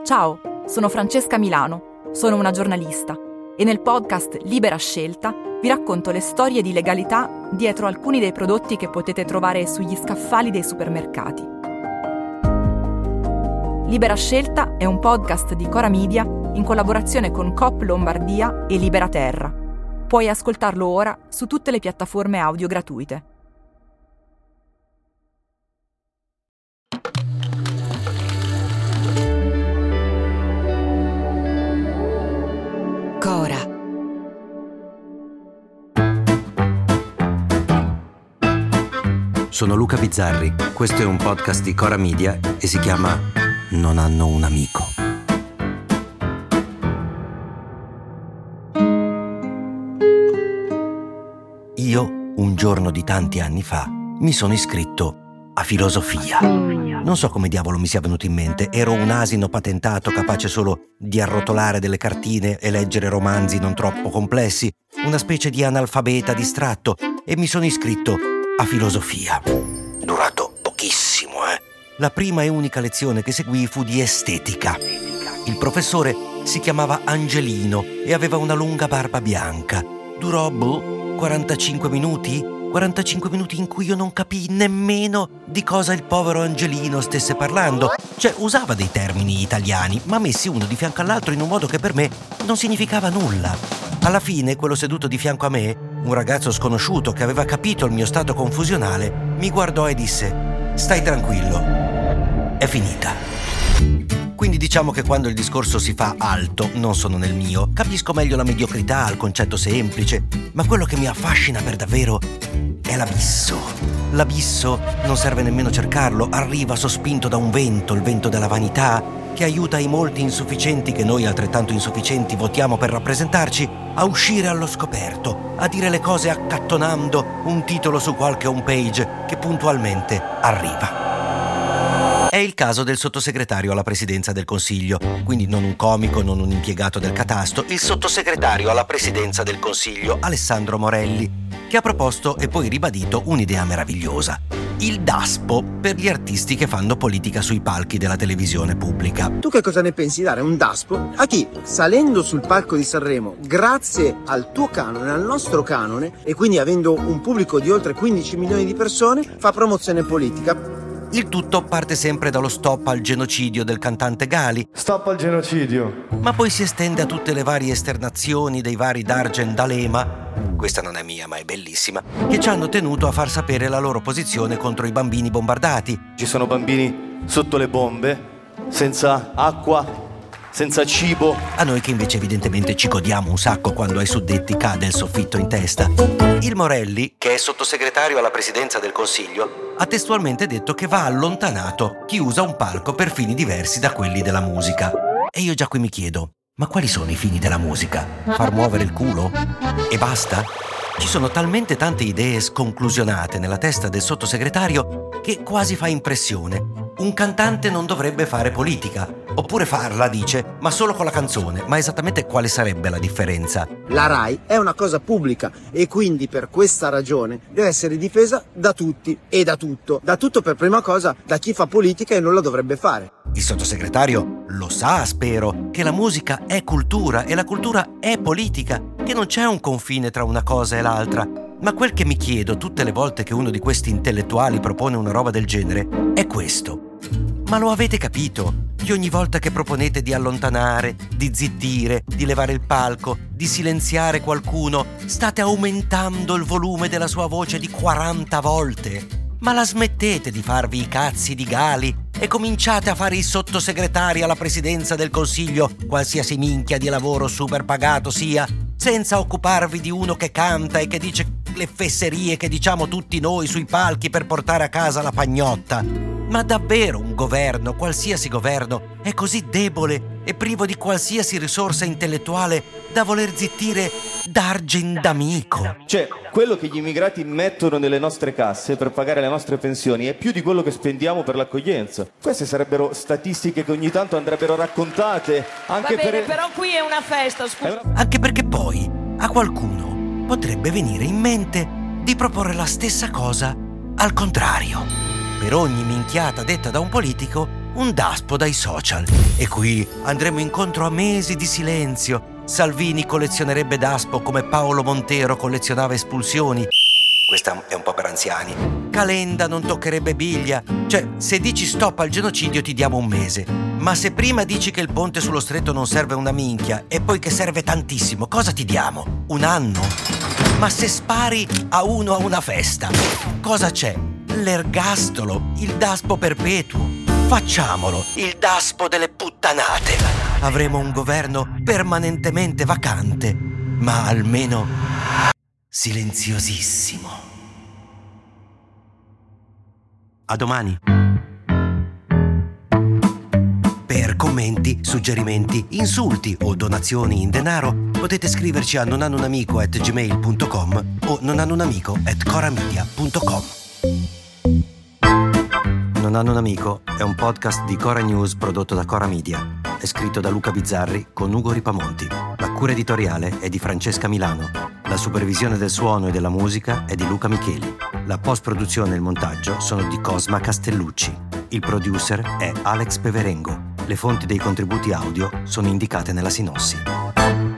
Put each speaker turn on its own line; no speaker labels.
Ciao, sono Francesca Milano, sono una giornalista e nel podcast Libera Scelta vi racconto le storie di legalità dietro alcuni dei prodotti che potete trovare sugli scaffali dei supermercati. Libera Scelta è un podcast di Cora Media in collaborazione con Coop Lombardia e Libera Terra. Puoi ascoltarlo ora su tutte le piattaforme audio gratuite.
Cora.
Sono Luca Bizzarri, questo è un podcast di Cora Media e si chiama Non hanno un amico. Io, un giorno di tanti anni fa, mi sono iscritto a filosofia. Non so come diavolo mi sia venuto in mente, ero un asino patentato capace solo di arrotolare delle cartine e leggere romanzi non troppo complessi, una specie di analfabeta distratto, e mi sono iscritto a filosofia. Durato pochissimo, La prima e unica lezione che seguii fu di estetica. Il professore si chiamava Angelino e aveva una lunga barba bianca. Durò 45 minuti? 45 minuti in cui io non capii nemmeno di cosa il povero Angelino stesse parlando. Cioè, usava dei termini italiani, ma messi uno di fianco all'altro in un modo che per me non significava nulla. Alla fine, quello seduto di fianco a me, un ragazzo sconosciuto che aveva capito il mio stato confusionale, mi guardò e disse: «Stai tranquillo, è finita». Quindi diciamo che quando il discorso si fa alto, non sono nel mio, capisco meglio la mediocrità, il concetto semplice, ma quello che mi affascina per davvero è l'abisso. L'abisso non serve nemmeno cercarlo, arriva sospinto da un vento, il vento della vanità, che aiuta i molti insufficienti che noi altrettanto insufficienti votiamo per rappresentarci a uscire allo scoperto, a dire le cose accattonando un titolo su qualche homepage che puntualmente arriva. È il caso del sottosegretario alla presidenza del Consiglio, quindi non un comico, non un impiegato del catasto, il sottosegretario alla presidenza del Consiglio, Alessandro Morelli, che ha proposto e poi ribadito un'idea meravigliosa: il DASPO per gli artisti che fanno politica sui palchi della televisione pubblica.
Tu che cosa ne pensi? Dare un DASPO a chi, salendo sul palco di Sanremo, grazie al tuo canone, al nostro canone, e quindi avendo un pubblico di oltre 15 milioni di persone, fa promozione politica?
Il tutto parte sempre dallo stop al genocidio del cantante Gali.
Stop al genocidio.
Ma poi si estende a tutte le varie esternazioni dei vari Dargen D'Alema, questa non è mia ma è bellissima, che ci hanno tenuto a far sapere la loro posizione contro i bambini bombardati.
Ci sono bambini sotto le bombe, senza acqua, senza cibo.
A noi che invece evidentemente ci godiamo un sacco quando ai suddetti cade il soffitto in testa. Il Morelli, che è sottosegretario alla presidenza del Consiglio, ha testualmente detto che va allontanato chi usa un palco per fini diversi da quelli della musica. E io già qui mi chiedo, ma quali sono i fini della musica? Far muovere il culo? E basta? Ci sono talmente tante idee sconclusionate nella testa del sottosegretario che quasi fa impressione. Un cantante non dovrebbe fare politica, oppure farla, dice, ma solo con la canzone. Ma esattamente quale sarebbe la differenza?
La RAI è una cosa pubblica e quindi per questa ragione deve essere difesa da tutti e da tutto. Da tutto, per prima cosa, da chi fa politica e non la dovrebbe fare.
Il sottosegretario lo sa, spero, che la musica è cultura e la cultura è politica, che non c'è un confine tra una cosa e l'altra. Ma quel che mi chiedo tutte le volte che uno di questi intellettuali propone una roba del genere è questo: ma lo avete capito? Che ogni volta che proponete di allontanare, di zittire, di levare il palco, di silenziare qualcuno, state aumentando il volume della sua voce di 40 volte? Ma la smettete di farvi i cazzi di Gali e cominciate a fare i sottosegretari alla presidenza del Consiglio, qualsiasi minchia di lavoro super pagato sia, senza occuparvi di uno che canta e che dice le fesserie che diciamo tutti noi sui palchi per portare a casa la pagnotta. Ma davvero un governo, qualsiasi governo, è così debole e privo di qualsiasi risorsa intellettuale da voler zittire Dargen D'Amico?
Cioè, quello che gli immigrati mettono nelle nostre casse per pagare le nostre pensioni è più di quello che spendiamo per l'accoglienza. Queste sarebbero statistiche che ogni tanto andrebbero raccontate anche.
Va bene, però qui è una festa, scusa.
Anche perché poi a qualcuno potrebbe venire in mente di proporre la stessa cosa al contrario. Per ogni minchiata detta da un politico, un daspo dai social. E qui andremo incontro a mesi di silenzio. Salvini collezionerebbe daspo come Paolo Montero collezionava espulsioni. Questa è un po' per anziani. Calenda non toccherebbe biglia. Cioè, se dici stop al genocidio ti diamo un mese. Ma se prima dici che il ponte sullo stretto non serve una minchia e poi che serve tantissimo, cosa ti diamo? Un anno? Ma se spari a uno a una festa, cosa c'è? L'ergastolo, il daspo perpetuo. Facciamolo, il daspo delle puttanate. Avremo un governo permanentemente vacante, ma almeno silenziosissimo. A domani. Per commenti, suggerimenti, insulti o donazioni in denaro potete scriverci a nonhanunamico@gmail.com o nonhanunamico@coramedia.com. Non hanno un amico è un podcast di Cora News prodotto da Cora Media. È scritto da Luca Bizzarri con Ugo Ripamonti. La cura editoriale è di Francesca Milano. La supervisione del suono e della musica è di Luca Micheli. La post-produzione e il montaggio sono di Cosma Castellucci. Il producer è Alex Peverengo. Le fonti dei contributi audio sono indicate nella sinossi.